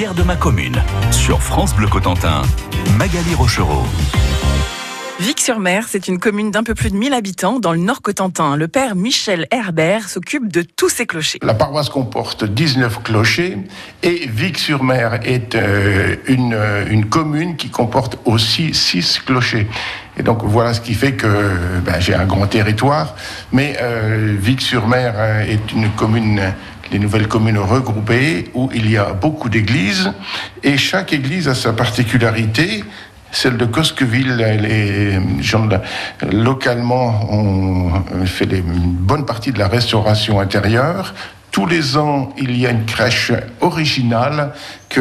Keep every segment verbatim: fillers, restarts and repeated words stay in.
fier de ma commune. Sur France Bleu Cotentin, Magali Rochereau. Vic-sur-Mer, c'est une commune d'un peu plus de mille habitants dans le Nord Cotentin. Le père Michel Herbert s'occupe de tous ces clochers. La paroisse comporte dix-neuf clochers et Vic-sur-Mer est euh, une, une commune qui comporte aussi six clochers. Et donc voilà ce qui fait que ben, j'ai un grand territoire, mais euh, Vic-sur-Mer est une commune, les nouvelles communes regroupées, où il y a beaucoup d'églises, et chaque église a sa particularité. Celle de Cosqueville, les gens de, localement ont fait les, une bonne partie de la restauration intérieure. Tous les ans, il y a une crèche originale que,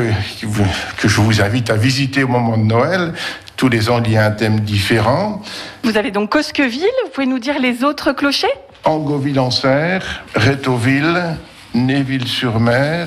que je vous invite à visiter au moment de Noël. Tous les ans, il y a un thème différent. Vous avez donc Cosqueville, vous pouvez nous dire les autres clochers ? Angoville-en-Serre, Rétauville, Néville-sur-Mer,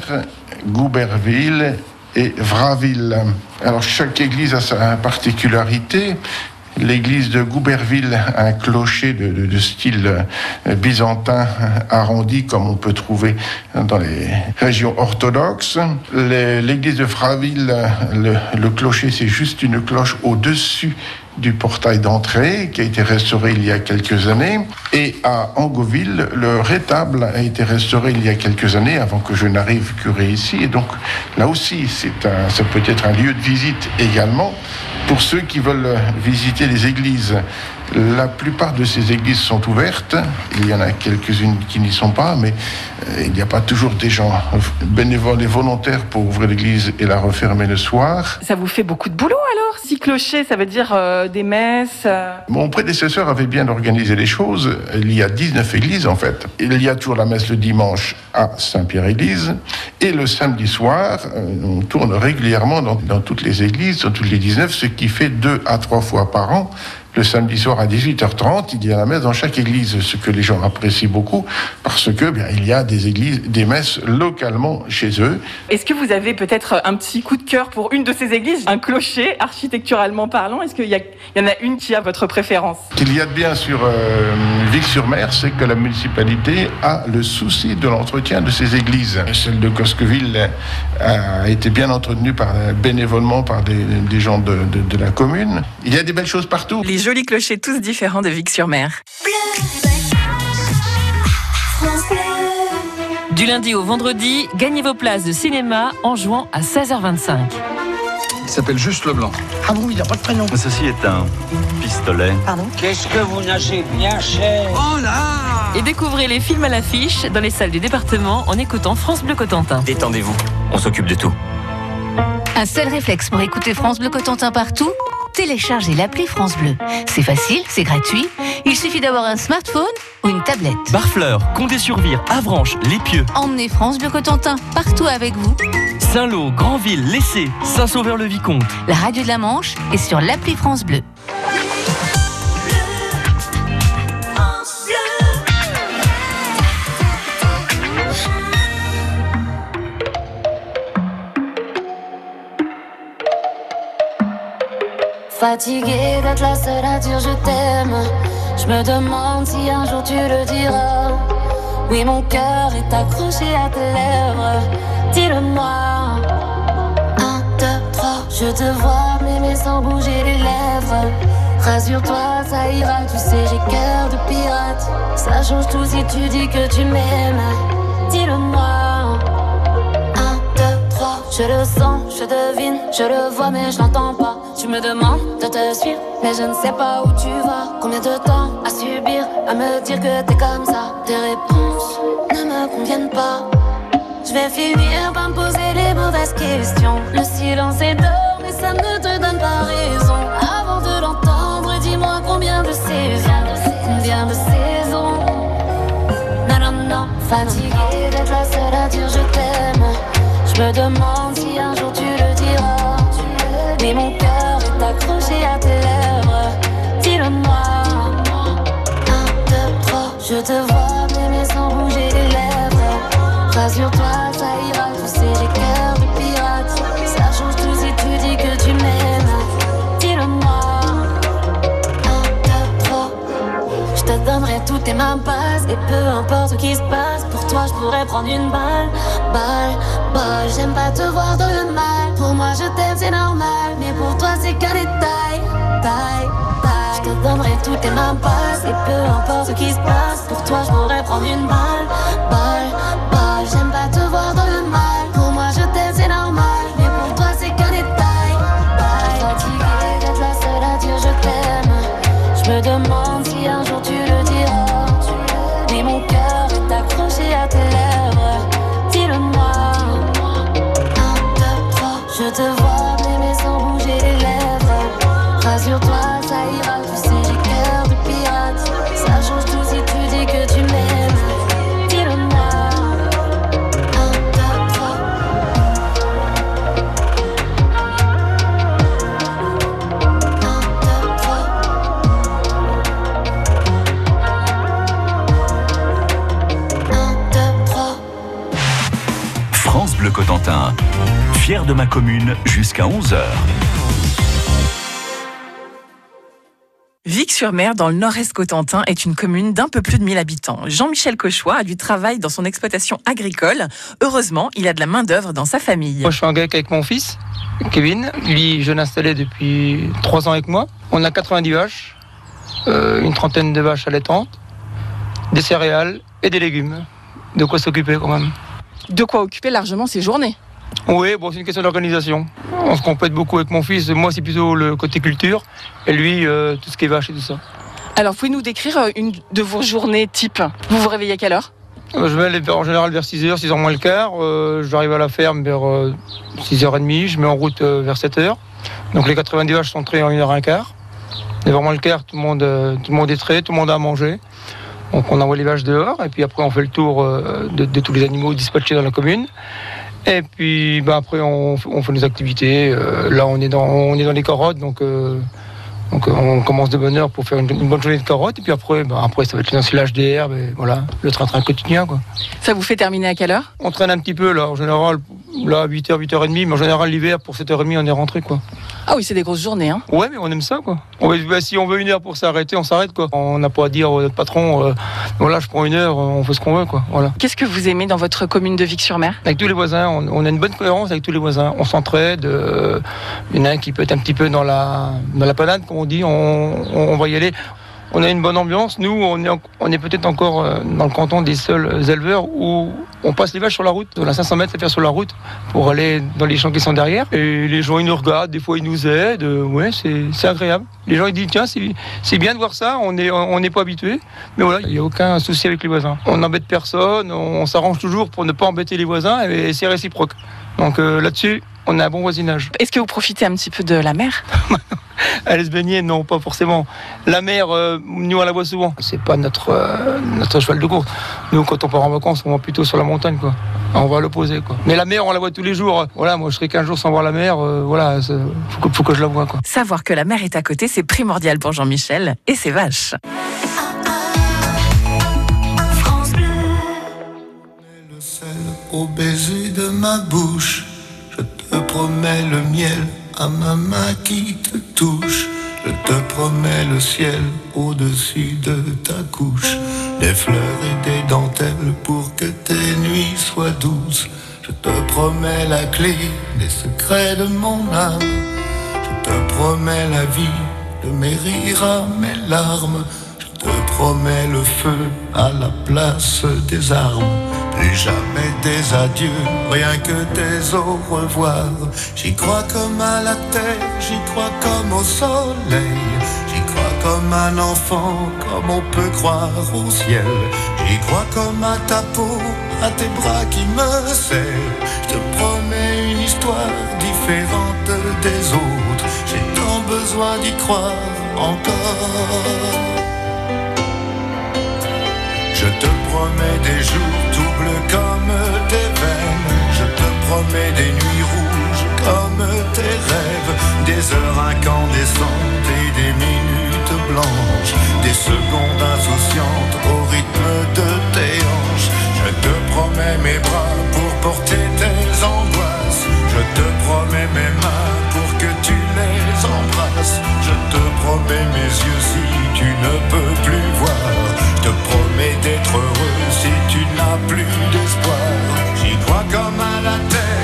Gouberville et Vraville. Alors chaque église a sa particularité. L'église de Gouberville a un clocher de, de, de style byzantin arrondi, comme on peut trouver dans les régions orthodoxes. Les, l'église de Vraville, le, le clocher, c'est juste une cloche au-dessus du portail d'entrée qui a été restauré il y a quelques années. Et à Angoville, le rétable a été restauré il y a quelques années avant que je n'arrive curé ici. Et donc là aussi, c'est un, ça peut être un lieu de visite également pour ceux qui veulent visiter les églises. La plupart de ces églises sont ouvertes. Il y en a quelques-unes qui n'y sont pas, mais il n'y a pas toujours des gens bénévoles et volontaires pour ouvrir l'église et la refermer le soir. Ça vous fait beaucoup de boulot alors ? Six clochers, ça veut dire euh, des messes euh... Mon prédécesseur avait bien organisé les choses. Il y a dix-neuf églises en fait. Il y a toujours la messe le dimanche à Saint-Pierre-Église. Et le samedi soir, on tourne régulièrement dans, dans toutes les églises, dans toutes les dix-neuf, ce qui fait deux à trois fois par an. Le samedi soir à dix-huit heures trente, il y a la messe dans chaque église, ce que les gens apprécient beaucoup, parce que bien il y a des églises, des messes localement chez eux. Est-ce que vous avez peut-être un petit coup de cœur pour une de ces églises, un clocher architecturalement parlant ? Est-ce qu'il y, a, il y en a une qui a votre préférence ? Ce qu'il y a de bien sur euh, Vic-sur-Mer, c'est que la municipalité a le souci de l'entretien de ces églises. Celle de Cosqueville a été bien entretenue par, bénévolement par des, des gens de, de, de la commune. Il y a des belles choses partout. Les jolis clochers tous différents de Vic-sur-Mer. Du lundi au vendredi, gagnez vos places de cinéma en jouant à seize heures vingt-cinq. Il s'appelle Juste Leblanc. Ah bon, il n'a pas de prénom. Ceci est un pistolet. Pardon ? Qu'est-ce que vous nagez bien cher ? Oh là ! Et découvrez les films à l'affiche dans les salles du département en écoutant France Bleu Cotentin. Détendez-vous, on s'occupe de tout. Un seul réflexe pour écouter France Bleu Cotentin partout ? Téléchargez l'appli France Bleu. C'est facile, c'est gratuit. Il suffit d'avoir un smartphone ou une tablette. Barfleur, Condé-sur-Vire, Avranches, Les Pieux. Emmenez France Bleu Cotentin partout avec vous. Saint-Lô, Granville, Lessé, Saint-Sauveur-le-Vicomte. La radio de la Manche est sur l'appli France Bleu. Fatiguée d'être la seule à dire je t'aime. Je me demande si un jour tu le diras. Oui, mon cœur est accroché à tes lèvres. Dis-le-moi. Un, deux, trois. Je te vois m'aimer sans bouger les lèvres. Rassure-toi, ça ira. Tu sais, j'ai cœur de pirate. Ça change tout si tu dis que tu m'aimes. Dis-le-moi. Un, deux, trois. Je le sens, je devine, je le vois mais je l'entends pas. Tu me demandes de te suivre, mais je ne sais pas où tu vas. Combien de temps à subir, à me dire que t'es comme ça. Tes réponses ne me conviennent pas. Je vais finir par me poser les mauvaises questions. Le silence est d'or, mais ça ne te donne pas raison. Avant de l'entendre, dis-moi combien de saisons. Combien de saisons. Non, non, non. Fatiguée d'être la seule à dire je t'aime. Je me demande si un jour tu le diras. Mais mon cœur est accroché à tes lèvres. Dis-le-moi. Un, deux, trois. Je te vois m'aimer sans bouger les lèvres. Rassure-toi, ça ira. Tu sais, j'ai cœur de pirate. Ça change tout si tu dis que tu m'aimes. Dis-le-moi. Un, deux, trois. Je te donnerai toutes tes mains basses. Et peu importe ce qui se passe, pour toi je pourrais prendre une balle. Balle. Boy, j'aime pas te voir dans le mal. Pour moi, je t'aime, c'est normal. Mais pour toi, c'est qu'un détail. Taille, taille. Je te donnerai toutes tes mains passes. Et peu importe ce qui se passe, pour toi, je pourrais prendre une balle. Balle, balle. J'aime pas te voir dans le mal. Pour moi, je t'aime, c'est normal. Mais pour toi, c'est qu'un détail. Taille. Fatiguée d'être la seule à dire je t'aime. Je me demande si un jour tu le diras. Mais mon cœur est accroché à tes lèvres. Dis-le-moi. Un, deux, trois. Je te vois m'aimer sans bouger les lèvres. Rassure-toi, ça ira. Tu sais, j'ai cœur de pirate. Ça change tout si tu dis que tu m'aimes. Dis-le-moi. Un, deux, trois. Un, deux, trois. Un, deux, trois. France Bleu Cotentin. Fier de ma commune jusqu'à onze heures. Vic-sur-Mer, dans le nord-est cotentin, est une commune d'un peu plus de mille habitants. Jean-Michel Cauchois a du travail dans son exploitation agricole. Heureusement, il a de la main-d'œuvre dans sa famille. Moi, je suis en grec avec mon fils, Kevin. Lui, jeune installé depuis trois ans avec moi. On a quatre-vingt-dix vaches, euh, une trentaine de vaches allaitantes, des céréales et des légumes. De quoi s'occuper quand même. De quoi occuper largement ses journées. Oui, bon, c'est une question d'organisation. On se complète beaucoup avec mon fils. Moi, c'est plutôt le côté culture. Et lui, euh, tout ce qui est vache et tout ça. Alors, pouvez-nous décrire une de vos journées type? Vous vous réveillez à quelle heure? euh, Je vais en général vers six heures, six heures moins le quart. Euh, J'arrive à la ferme vers euh, six heures trente. Je mets en route euh, vers sept heures. Donc les quatre-vingt-dix vaches sont traitées en une heure quinze. Et vers moins le quart, tout le monde, euh, tout le monde est trait, tout le monde a à manger. Donc on envoie les vaches dehors. Et puis après, on fait le tour euh, de, de tous les animaux dispatchés dans la commune. Et puis bah, après on, on fait nos activités. Euh, là on est dans, on est dans les carottes, donc, euh, donc on commence de bonne heure pour faire une, une bonne journée de carottes. Et puis après, bah, après ça va être l'ensilage des herbes et voilà, le train-train quotidien, quoi. Ça vous fait terminer à quelle heure? On traîne un petit peu là, en général, là à huit heures, huit heures trente, mais en général l'hiver pour sept heures trente on est rentré, quoi. Ah oui, c'est des grosses journées, hein. Ouais, mais on aime ça, quoi. On veut, bah, si on veut une heure pour s'arrêter, on s'arrête, quoi. On n'a pas à dire à notre patron, euh, voilà, je prends une heure, on fait ce qu'on veut, quoi. Voilà. Qu'est-ce que vous aimez dans votre commune de Vic-sur-Mer? Avec tous les voisins, on, on a une bonne cohérence avec tous les voisins. On s'entraide. Euh, il y en a un qui peut être un petit peu dans la, dans la panade, comme on dit, on, on, on va y aller. On a une bonne ambiance. Nous, on est, on est peut-être encore dans le canton des seuls éleveurs où on passe les vaches sur la route. On a cinq cents mètres à faire sur la route pour aller dans les champs qui sont derrière. Et les gens, ils nous regardent, des fois, ils nous aident. Ouais, c'est, c'est agréable. Les gens, ils disent, tiens, c'est, c'est bien de voir ça. On n'est on n'est pas habitué. Mais voilà, il n'y a aucun souci avec les voisins. On n'embête personne. On, on s'arrange toujours pour ne pas embêter les voisins. Et c'est réciproque. Donc euh, là-dessus, on a un bon voisinage. Est-ce que vous profitez un petit peu de la mer? Aller se baigner, non, pas forcément. La mer, euh, nous, on la voit souvent. C'est pas notre, euh, notre cheval de course. Nous, quand on part en vacances, on va plutôt sur la montagne, quoi. On va à l'opposé, quoi. Mais la mer, on la voit tous les jours. Voilà, moi, je serai quinze jours sans voir la mer. Euh, voilà, faut que, faut que je la voie, quoi. Savoir que la mer est à côté, c'est primordial pour Jean-Michel et ses vaches. France Bleu. Le sel au baiser de ma bouche. Je te promets le miel à ma main qui te touche. Je te promets le ciel au-dessus de ta couche. Des fleurs et des dentelles pour que tes nuits soient douces. Je te promets la clé des secrets de mon âme. Je te promets la vie de mes rires à mes larmes. Je te promets le feu à la place des armes. Plus jamais des adieux, rien que des au revoir. J'y crois comme à la terre, j'y crois comme au soleil. J'y crois comme un enfant, comme on peut croire au ciel. J'y crois comme à ta peau, à tes bras qui me serrent. Je te promets une histoire différente des autres. J'ai tant besoin d'y croire encore. Je te promets des jours doubles comme des veines. Je te promets des nuits rouges comme tes rêves. Des heures incandescentes et des minutes blanches. Des secondes insouciantes au rythme de tes hanches. Je te promets mes bras pour porter tes angoisses. Je te promets mes mains pour que tu les embrasses. Je te promets mes yeux si tu ne peux plus voir. Je te promets d'être heureux si tu n'as plus d'espoir. J'y crois comme à la terre.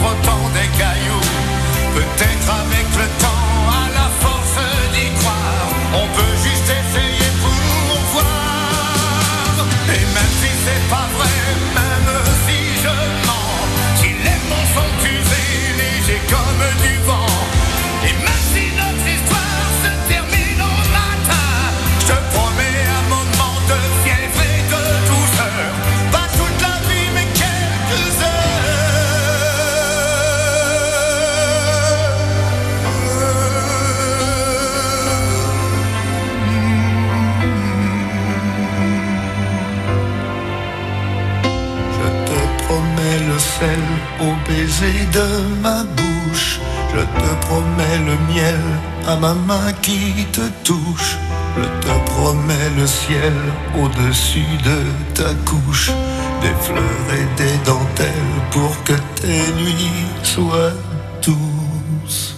frottant des cailloux. Peut-être avec le temps, à la force d'y croire, on peut juste essayer pour voir. Et même si c'est pas vrai, même si je mens, si les mots sont usés, légers comme du vent, et même si notre histoire se termine au matin, je te promets un moment de fièvre et de douceur. Pas toute la vie mais quelques le sel au baiser de ma bouche, je te promets le miel à ma main qui te touche, je te promets le ciel au-dessus de ta couche, des fleurs et des dentelles pour que tes nuits soient douces.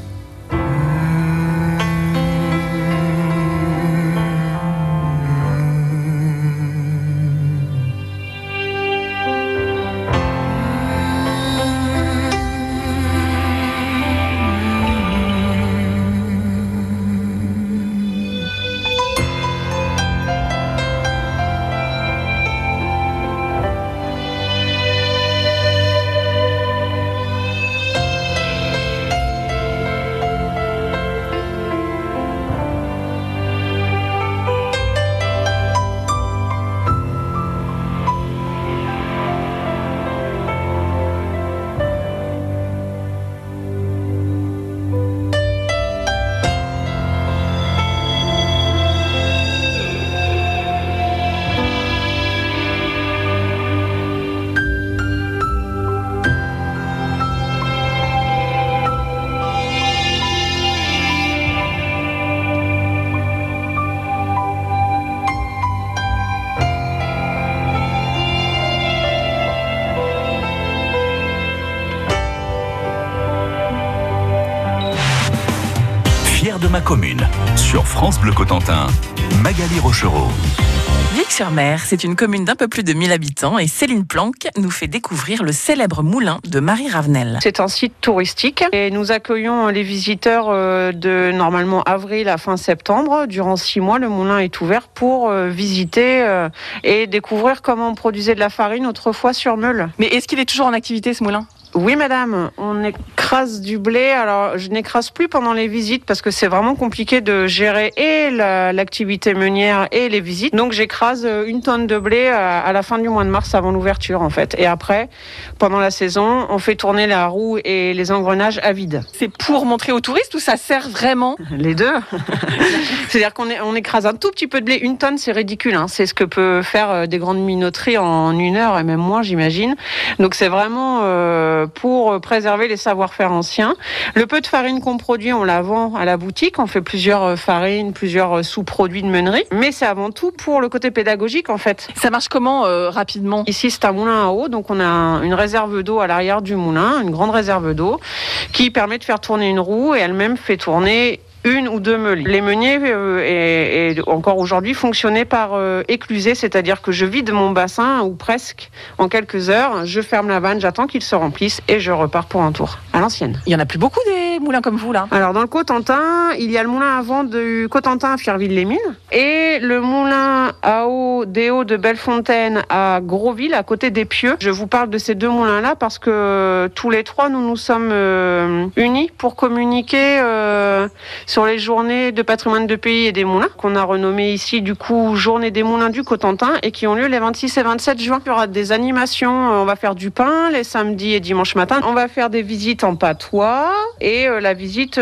De ma commune, sur France Bleu Cotentin, Magali Rochereau. Vic-sur-Mer, c'est une commune d'un peu plus de mille habitants et Céline Planck nous fait découvrir le célèbre moulin de Marie Ravenel. C'est un site touristique et nous accueillons les visiteurs de normalement avril à fin septembre. Durant six mois, le moulin est ouvert pour visiter et découvrir comment on produisait de la farine autrefois sur meule. Mais est-ce qu'il est toujours en activité ce moulin ? Oui madame, on écrase du blé. Alors je n'écrase plus pendant les visites parce que c'est vraiment compliqué de gérer et la, l'activité meunière et les visites. Donc j'écrase une tonne de blé à, à la fin du mois de mars avant l'ouverture en fait. Et après, pendant la saison, on fait tourner la roue et les engrenages à vide. C'est pour montrer aux touristes ou ça sert vraiment ? Les deux. C'est-à-dire qu'on est, on écrase un tout petit peu de blé. Une tonne, c'est ridicule. Hein. C'est ce que peut faire des grandes minoteries en une heure et même moins, j'imagine. Donc c'est vraiment... Euh, pour préserver les savoir-faire anciens. Le peu de farine qu'on produit, on la vend à la boutique. On fait plusieurs farines, plusieurs sous-produits de meunerie. Mais c'est avant tout pour le côté pédagogique, en fait. Ça marche comment, euh, rapidement ? Ici, c'est un moulin à eau. Donc, on a une réserve d'eau à l'arrière du moulin, une grande réserve d'eau, qui permet de faire tourner une roue et elle-même fait tourner une ou deux meules. Les meuniers, euh, et, et encore aujourd'hui, fonctionnaient par euh, éclusée, c'est-à-dire que je vide mon bassin, ou presque, en quelques heures, je ferme la vanne, j'attends qu'il se remplisse et je repars pour un tour, à l'ancienne. Il y en a plus beaucoup des moulins comme vous, là ? Alors, dans le Cotentin, il y a le moulin à vent du Cotentin à Firville-les-Mines et le moulin à eau des Hauts de Bellefontaine à Grosville, à côté des Pieux. Je vous parle de ces deux moulins-là parce que tous les trois, nous nous sommes euh, unis pour communiquer euh, sur les journées de patrimoine de pays et des moulins, qu'on a renommé ici du coup Journée des moulins du Cotentin et qui ont lieu les vingt-six et vingt-sept juin. Il y aura des animations, on va faire du pain les samedis et dimanches matin. On va faire des visites en patois et euh, la visite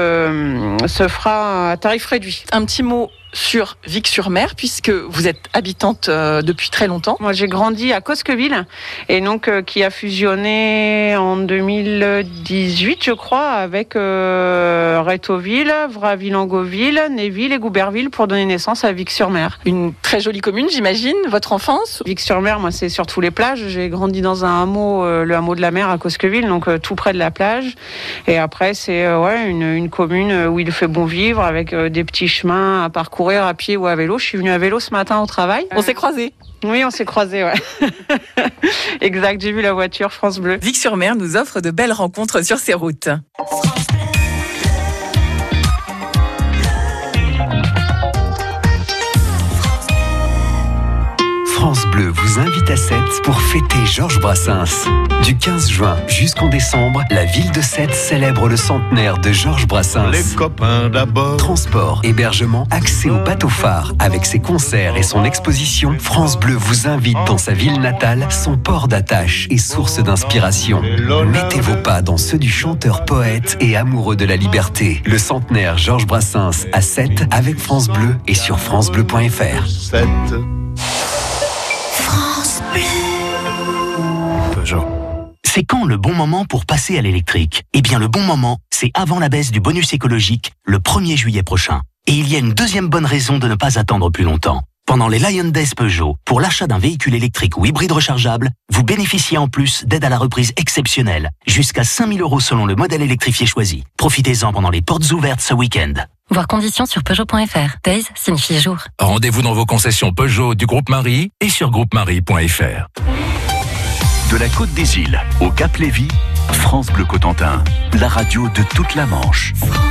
euh, se fera à tarif réduit. Un petit mot sur Vic-sur-Mer, puisque vous êtes habitante euh, depuis très longtemps. Moi, j'ai grandi à Cosqueville, et donc euh, qui a fusionné en deux mille dix-huit, je crois, avec euh, Rétauville, Vraville-en-Gauville, Néville et Gouberville pour donner naissance à Vic-sur-Mer. Une très jolie commune, j'imagine, votre enfance ? Vic-sur-Mer, moi, c'est surtout les plages. J'ai grandi dans un hameau, euh, le hameau de la mer à Cosqueville, donc euh, tout près de la plage. Et après, c'est euh, ouais, une, une commune où il fait bon vivre, avec euh, des petits chemins à parcourir courir à pied ou à vélo. Je suis venue à vélo ce matin au travail. On s'est croisés. Oui, on s'est croisés, ouais. Exact, j'ai vu la voiture France Bleu. Vic-sur-Mer nous offre de belles rencontres sur ses routes. France Bleu vous invite à Sète pour fêter Georges Brassens. Du quinze juin jusqu'en décembre, la ville de Sète célèbre le centenaire de Georges Brassens. Les copains d'abord. Transport, hébergement, accès au bateau phare. Avec ses concerts et son exposition, France Bleu vous invite dans sa ville natale, son port d'attache et source d'inspiration. Mettez vos pas dans ceux du chanteur poète et amoureux de la liberté. Le centenaire Georges Brassens à Sète avec France Bleu et sur francebleu point f r. France Bleu. Peugeot. C'est quand le bon moment pour passer à l'électrique? Eh bien, le bon moment, c'est avant la baisse du bonus écologique, le premier juillet prochain. Et il y a une deuxième bonne raison de ne pas attendre plus longtemps. Pendant les Lion Days Peugeot, pour l'achat d'un véhicule électrique ou hybride rechargeable, vous bénéficiez en plus d'aide à la reprise exceptionnelle, jusqu'à cinq mille euros selon le modèle électrifié choisi. Profitez-en pendant les portes ouvertes ce week-end. Voir conditions sur Peugeot point f r. Days signifie jour. Rendez-vous dans vos concessions Peugeot du groupe Marie et sur groupe marie point f r. De la Côte des Îles au Cap Lévis, France Bleu Cotentin, la radio de toute la Manche.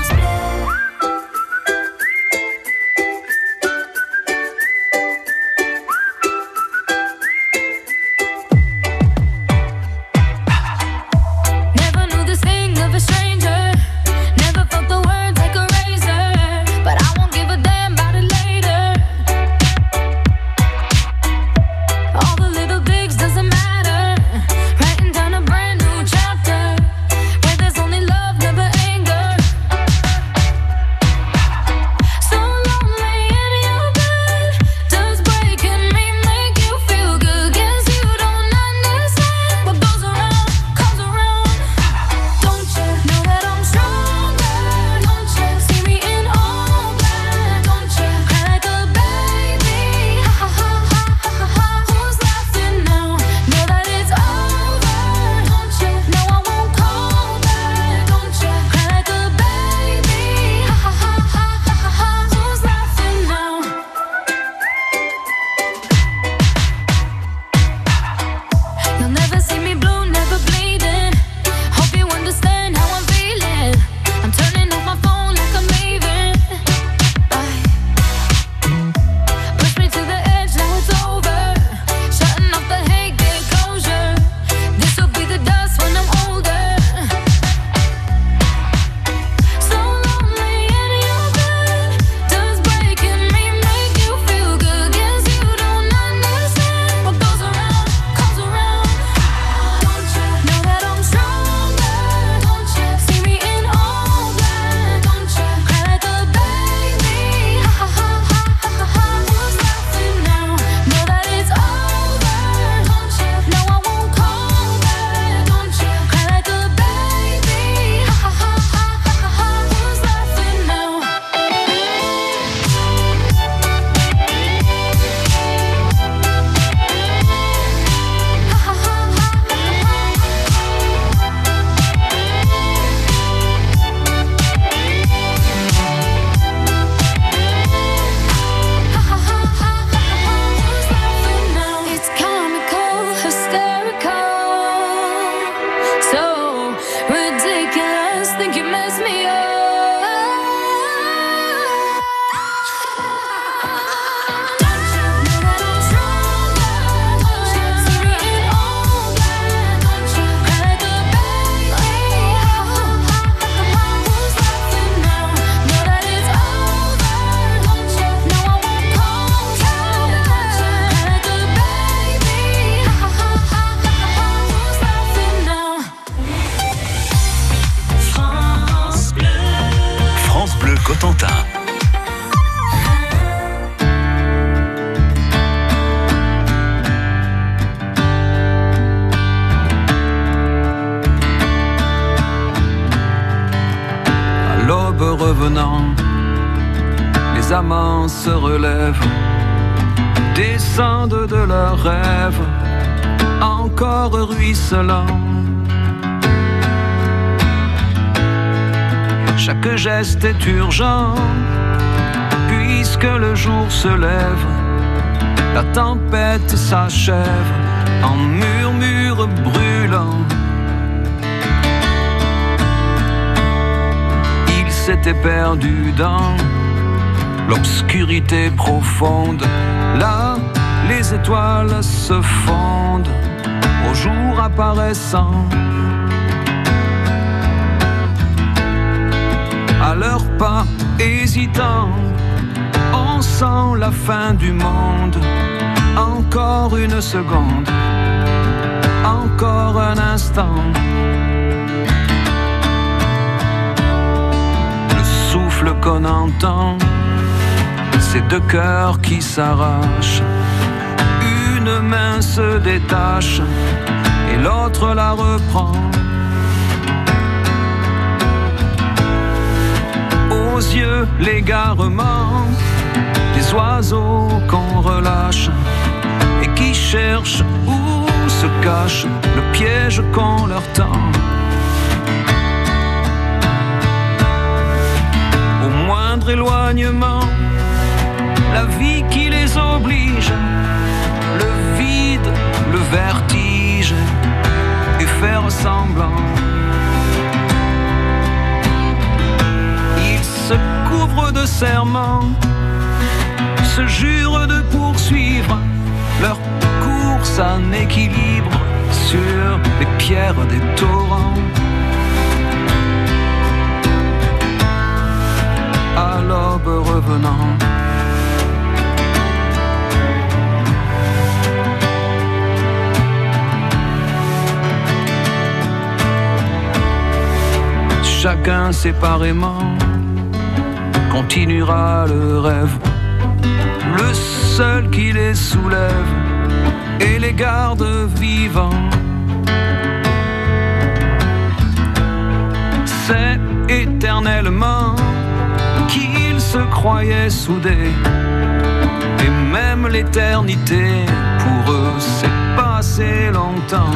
Cotentin. À l'aube revenant, les amants se relèvent, descendent de leurs rêves, encore ruisselants. Chaque geste est urgent, puis puisque le jour se lève, la tempête s'achève en murmure brûlant. Il s'était perdu dans l'obscurité profonde. Là, les étoiles se fondent au jour apparaissant. À leurs pas hésitants, on sent la fin du monde. Encore une seconde, encore un instant. Le souffle qu'on entend, c'est deux cœurs qui s'arrachent. Une main se détache et l'autre la reprend. Aux yeux, l'égarement des oiseaux qu'on relâche et qui cherchent où se cache le piège qu'on leur tend. Au moindre éloignement, la vie qui les oblige, le vide, le vertige et faire semblant. Ils se couvrent de serments, se jurent de poursuivre leur course en équilibre sur les pierres des torrents. À l'aube revenant, chacun séparément continuera le rêve, le seul qui les soulève et les garde vivants. C'est éternellement qu'ils se croyaient soudés, et même l'éternité pour eux c'est passé longtemps.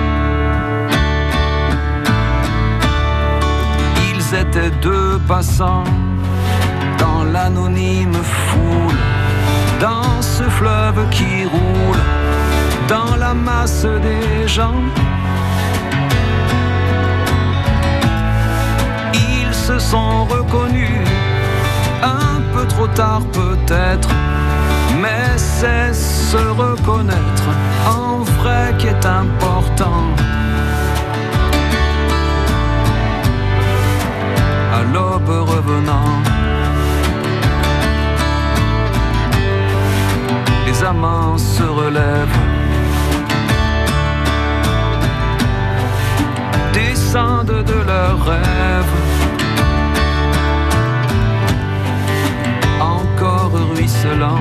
Ils étaient deux passants dans l'anonyme foule, dans ce fleuve qui roule, dans la masse des gens. Ils se sont reconnus, un peu trop tard peut-être, mais c'est se reconnaître en vrai qui est important. À l'aube revenant, les amants se relèvent, descendent de leurs rêves, encore ruisselant.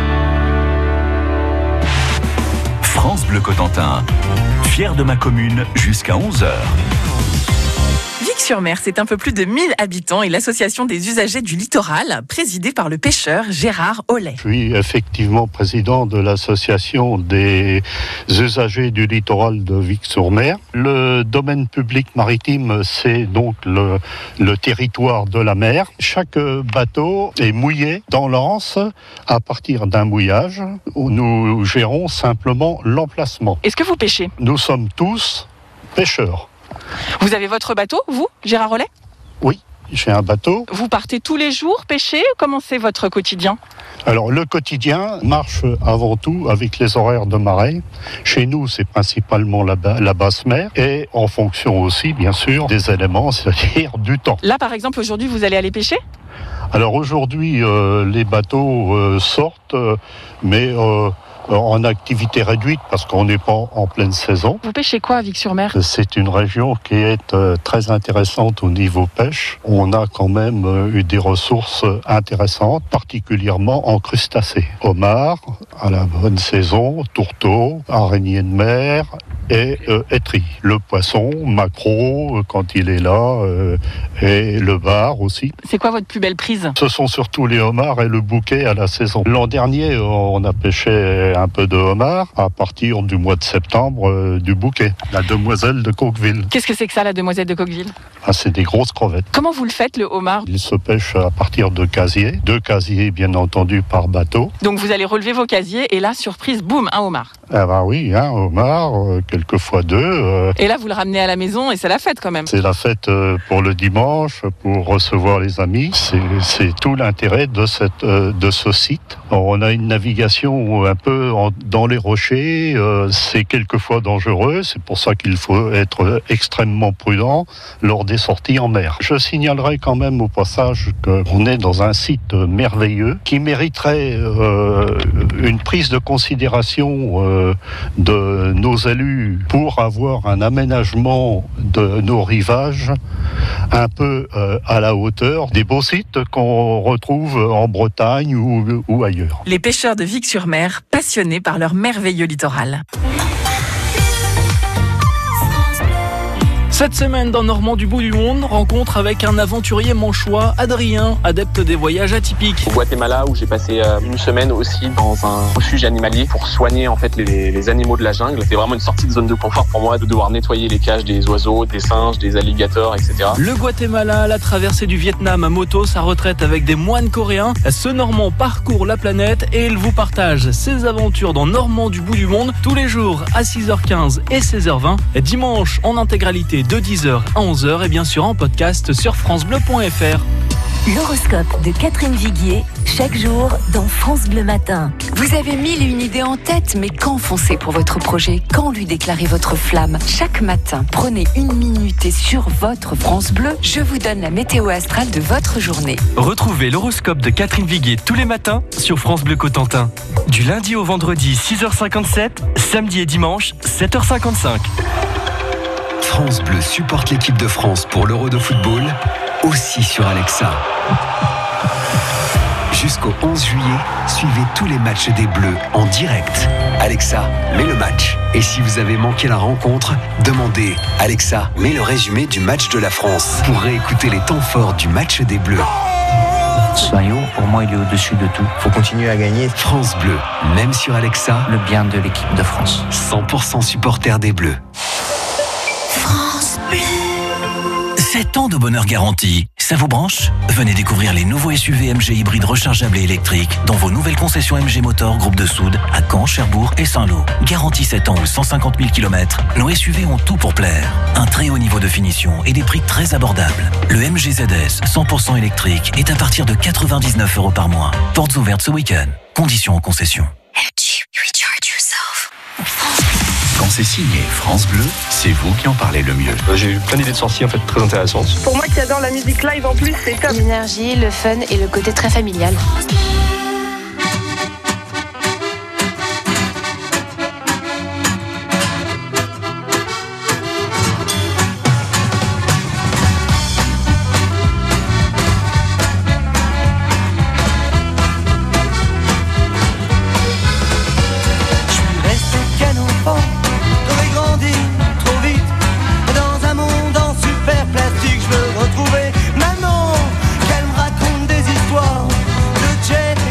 France Bleu Cotentin, fier de ma commune jusqu'à onze heures. Vic-sur-Mer, c'est un peu plus de mille habitants et l'association des usagers du littoral, présidée par le pêcheur Gérard Ollet. Je suis effectivement président de l'association des usagers du littoral de Vic-sur-Mer. Le domaine public maritime, c'est donc le, le territoire de la mer. Chaque bateau est mouillé dans l'anse à partir d'un mouillage où nous gérons simplement l'emplacement. Est-ce que vous pêchez ? Nous sommes tous pêcheurs. Vous avez votre bateau, vous, Gérard Ollet ? Oui, j'ai un bateau. Vous partez tous les jours pêcher ? Comment c'est votre quotidien ? Alors, le quotidien marche avant tout avec les horaires de marée. Chez nous, c'est principalement la, ba- la basse mer et en fonction aussi, bien sûr, des éléments, c'est-à-dire du temps. Là, par exemple, aujourd'hui, vous allez aller pêcher ? Alors, aujourd'hui, euh, les bateaux euh, sortent, euh, mais... Euh, en activité réduite parce qu'on n'est pas en pleine saison. Vous pêchez quoi à Vic-sur-Mer ? C'est une région qui est euh, très intéressante au niveau pêche. On a quand même euh, eu des ressources intéressantes, particulièrement en crustacés. Homards, à la bonne saison, tourteaux, araignées de mer et euh, étris. Le poisson, maquereau, quand il est là, euh, et le bar aussi. C'est quoi votre plus belle prise ? Ce sont surtout les homards et le bouquet à la saison. L'an dernier, on a pêché et un peu de homard à partir du mois de septembre euh, du bouquet. La demoiselle de Coqueville. Qu'est-ce que c'est que ça, la demoiselle de Coqueville? Ah, c'est des grosses crevettes. Comment vous le faites, le homard? Il se pêche à partir de casiers, deux casiers bien entendu par bateau. Donc vous allez relever vos casiers et là, surprise, boum, un homard. Ah bah oui, un homard, euh, quelquefois deux. Euh... Et là, vous le ramenez à la maison et c'est la fête quand même. C'est la fête euh, pour le dimanche, pour recevoir les amis. C'est, c'est tout l'intérêt de, cette, euh, de ce site. Alors, on a une navigation un peu en, dans les rochers. Euh, c'est quelquefois dangereux. C'est pour ça qu'il faut être extrêmement prudent lors des sorties en mer. Je signalerai quand même au passage qu'on est dans un site merveilleux qui mériterait euh, une prise de considération euh, de nos élus pour avoir un aménagement de nos rivages un peu euh, à la hauteur des beaux sites qu'on retrouve en Bretagne ou, ou ailleurs. Les pêcheurs de Vic-sur-Mer, passionnés par leur merveilleux littoral. Cette semaine, dans Normand du bout du monde, rencontre avec un aventurier manchois, Adrien, adepte des voyages atypiques. Au Guatemala, où j'ai passé euh, une semaine aussi dans un refuge animalier pour soigner en fait les, les animaux de la jungle. C'était vraiment une sortie de zone de confort pour moi de devoir nettoyer les cages des oiseaux, des singes, des alligators, et cetera. Le Guatemala, la traversée du Vietnam à moto, sa retraite avec des moines coréens. Ce Normand parcourt la planète et il vous partage ses aventures dans Normand du bout du monde tous les jours à six heures quinze et seize heures vingt. Dimanche en intégralité de dix heures à onze heures et bien sûr en podcast sur francebleu point f r. L'horoscope de Catherine Viguier, chaque jour dans France Bleu Matin. Vous avez mille et une idées en tête, mais quand foncer pour votre projet? Quand lui déclarer votre flamme? Chaque matin, prenez une minute et sur votre France Bleu, je vous donne la météo astrale de votre journée. Retrouvez l'horoscope de Catherine Viguier tous les matins sur France Bleu Cotentin. Du lundi au vendredi, six heures cinquante-sept, samedi et dimanche, sept heures cinquante-cinq. France Bleu supporte l'équipe de France pour l'Euro de football, aussi sur Alexa. Jusqu'au onze juillet, suivez tous les matchs des Bleus en direct. Alexa, mets le match. Et si vous avez manqué la rencontre, demandez Alexa, mets le résumé du match de la France pour réécouter les temps forts du match des Bleus. Ce maillot, pour moi, il est au-dessus de tout. Faut continuer à gagner. France Bleu, même sur Alexa, le bien de l'équipe de France. cent pour cent supporter des Bleus. France Bleu. sept ans de bonheur garanti. Ça vous branche? Venez découvrir les nouveaux S U V M G hybrides rechargeables et électriques dans vos nouvelles concessions M G Motor Groupe de Soude à Caen, Cherbourg et Saint-Lô. Garantie sept ans ou cent cinquante mille kilomètres, nos S U V ont tout pour plaire. Un très haut niveau de finition et des prix très abordables. Le M G Z S cent pour cent électrique est à partir de quatre-vingt-dix-neuf euros par mois. Portes ouvertes ce week-end. Conditions en concession. L G, recharge yourself. Quand c'est signé France Bleu, c'est vous qui en parlez le mieux. J'ai eu plein d'idées de sorties en fait très intéressantes. Pour moi qui adore la musique live en plus, c'est top. L'énergie, le fun et le côté très familial. Retrouver maman, qu'elle me raconte des histoires de Jane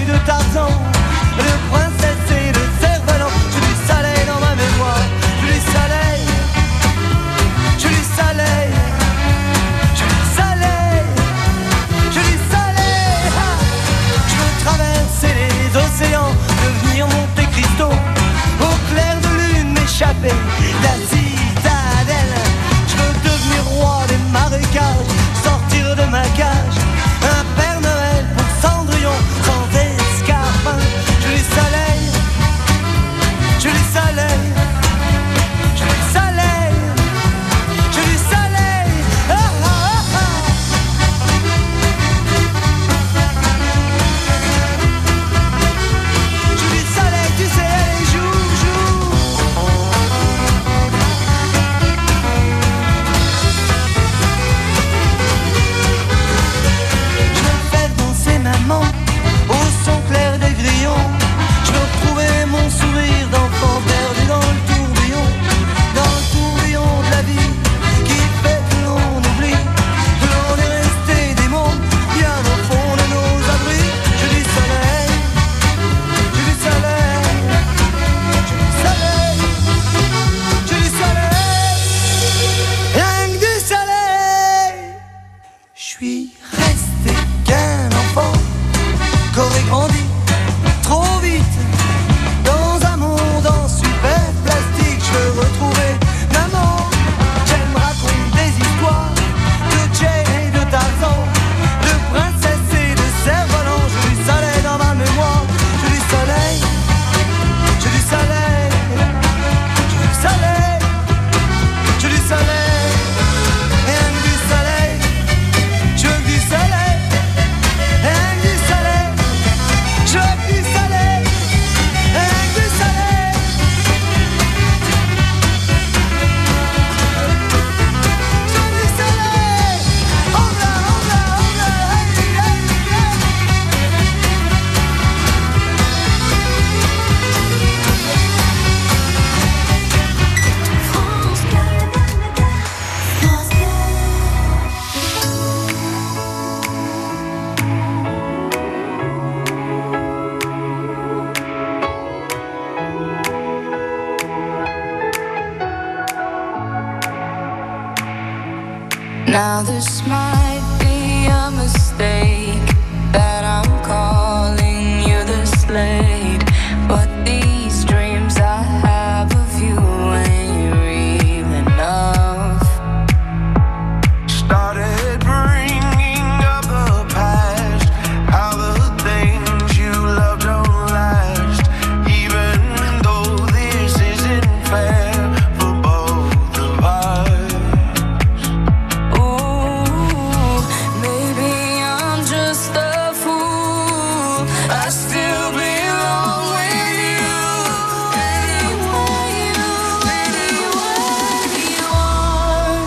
Now this might be a mistake that I'm calling you the slave, but these dreams I have of you ain't real enough. Started bringing up the past, how the things you love don't last, even though this isn't fair for both of us. Ooh, maybe I'm just a fool. I still belong with you. Anywhere you, anywhere you are.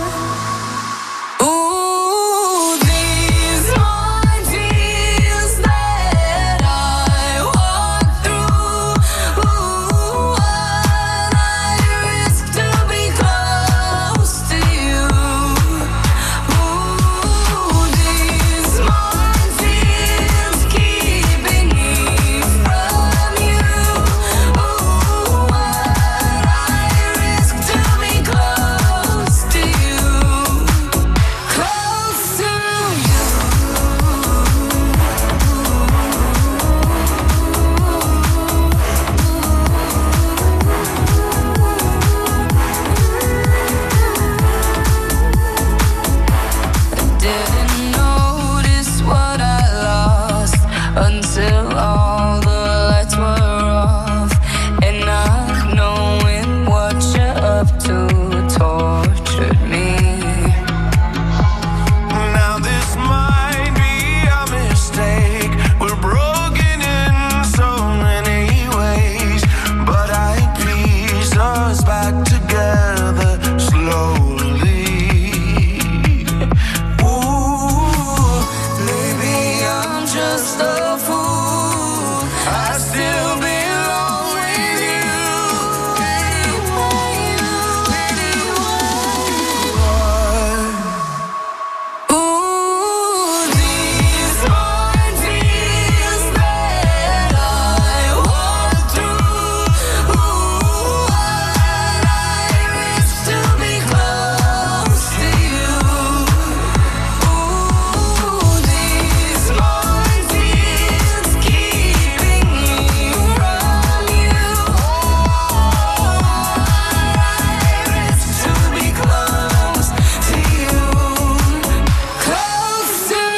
Ooh, these minefields that I walk through. Ooh, what I risk to be close to you. Ooh, these minefields keeping me from you. Ooh, what I risk to be close to you. Close to you. Didn't notice what I lost until all the lights were off, and not knowing what you're up to tortured me. Now this might be a mistake. We're broken in so many ways, but I piece us back together slowly. Ooh, maybe I'm just a fool. I still belong with you. Anywhere you, anywhere you are. Ooh, these minefields that I walk through. Ooh, what I risk to be close to you. Ooh, these minefields keeping me from you. I risk to be close to you. Close to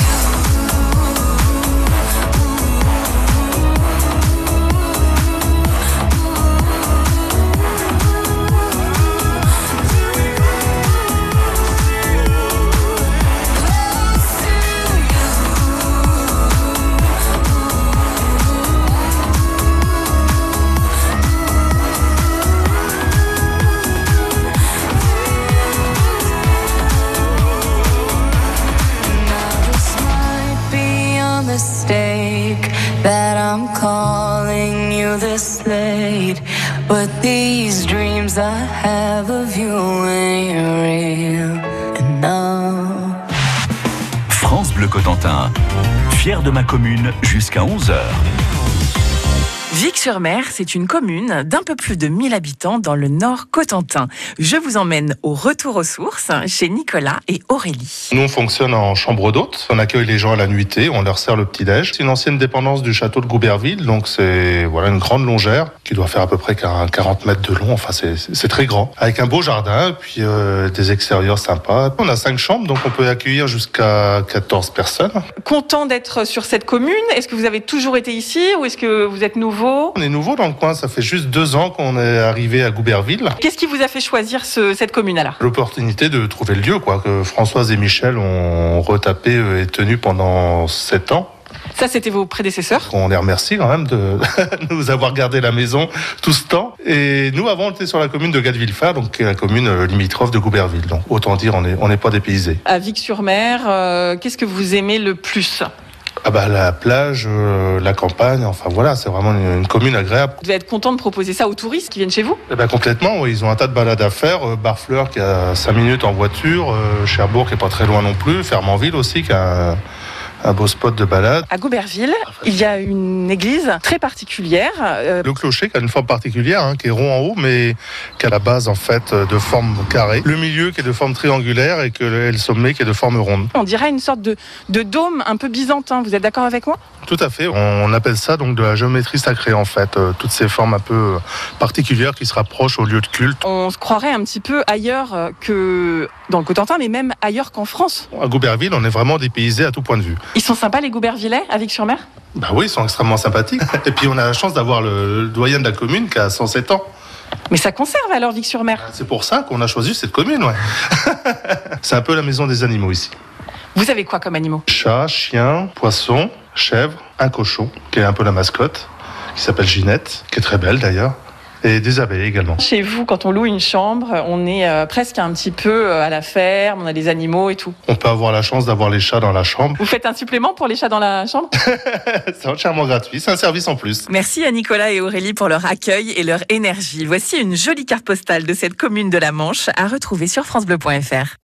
Now this might be a mistake that I'm calling you this late, but these dreams I have of you ain't real enough. France Bleu Cotentin, fier de ma commune jusqu'à onze heures. Vic-sur-Mer, c'est une commune d'un peu plus de mille habitants dans le Nord Cotentin. Je vous emmène au retour aux sources chez Nicolas et Aurélie. Nous, on fonctionne en chambre d'hôtes. On accueille les gens à la nuitée, on leur sert le petit-déj. C'est une ancienne dépendance du château de Gouberville, donc c'est voilà une grande longère qui doit faire à peu près quarante mètres de long. Enfin, c'est, c'est très grand, avec un beau jardin, puis euh, des extérieurs sympas. On a cinq chambres, donc on peut accueillir jusqu'à quatorze personnes. Content d'être sur cette commune. Est-ce que vous avez toujours été ici ou est-ce que vous êtes nouveau ? On est nouveau dans le coin, ça fait juste deux ans qu'on est arrivé à Gouberville. Qu'est-ce qui vous a fait choisir ce, cette commune-là ? L'opportunité de trouver le lieu, quoi, que Françoise et Michel ont retapé et tenu pendant sept ans. Ça, c'était vos prédécesseurs ? On les remercie quand même de nous avoir gardé la maison tout ce temps. Et nous, avant, on était sur la commune de Gatteville-Fard, donc la commune limitrophe de Gouberville. Donc autant dire, on n'est on n'est pas dépaysés. À Vic-sur-Mer, euh, qu'est-ce que vous aimez le plus ? Ah bah, la plage, euh, la campagne, enfin voilà, c'est vraiment une, une commune agréable. Vous devez être content de proposer ça aux touristes qui viennent chez vous ? Eh ben, complètement, oui, ils ont un tas de balades à faire. Euh, Barfleur qui a cinq minutes en voiture, euh, Cherbourg qui est pas très loin non plus, Fermanville aussi qui a un beau spot de balade. À Gouberville, il y a une église très particulière. Euh... Le clocher qui a une forme particulière, hein, qui est rond en haut, mais qui a la base en fait de forme carrée. Le milieu qui est de forme triangulaire et, que le, et le sommet qui est de forme ronde. On dirait une sorte de, de dôme un peu byzantin. Vous êtes d'accord avec moi ? Tout à fait. On appelle ça donc de la géométrie sacrée en fait. Euh, toutes ces formes un peu particulières qui se rapprochent au lieu de culte. On se croirait un petit peu ailleurs que dans le Cotentin, mais même ailleurs qu'en France. À Gouberville, on est vraiment dépaysé à tout point de vue. Ils sont sympas les Goubervillais à Vic-sur-Mer ? Bah oui, ils sont extrêmement sympathiques. Et puis on a la chance d'avoir le, le doyen de la commune qui a cent sept ans. Mais ça conserve alors Vic-sur-Mer ? C'est pour ça qu'on a choisi cette commune, ouais. C'est un peu la maison des animaux ici. Vous avez quoi comme animaux ? Chat, chien, poisson, chèvre, un cochon, qui est un peu la mascotte, qui s'appelle Ginette, qui est très belle d'ailleurs. Et des abeilles également. Chez vous, quand on loue une chambre, on est euh, presque un petit peu à la ferme, on a des animaux et tout. On peut avoir la chance d'avoir les chats dans la chambre. Vous faites un supplément pour les chats dans la chambre ? C'est entièrement gratuit, c'est un service en plus. Merci à Nicolas et Aurélie pour leur accueil et leur énergie. Voici une jolie carte postale de cette commune de la Manche à retrouver sur francebleu point fr.